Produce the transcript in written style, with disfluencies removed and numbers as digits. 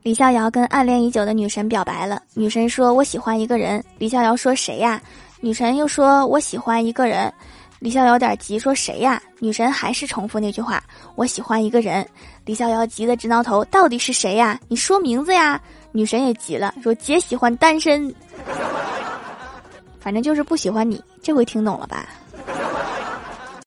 李逍遥跟暗恋已久的女神表白了，女神说我喜欢一个人，李逍遥说谁呀？女神又说我喜欢一个人，李逍遥有点急说谁呀？女神还是重复那句话，我喜欢一个人。李逍遥急得直挠头，到底是谁呀？你说名字呀？女神也急了，说姐喜欢单身。反正就是不喜欢你，这回听懂了吧？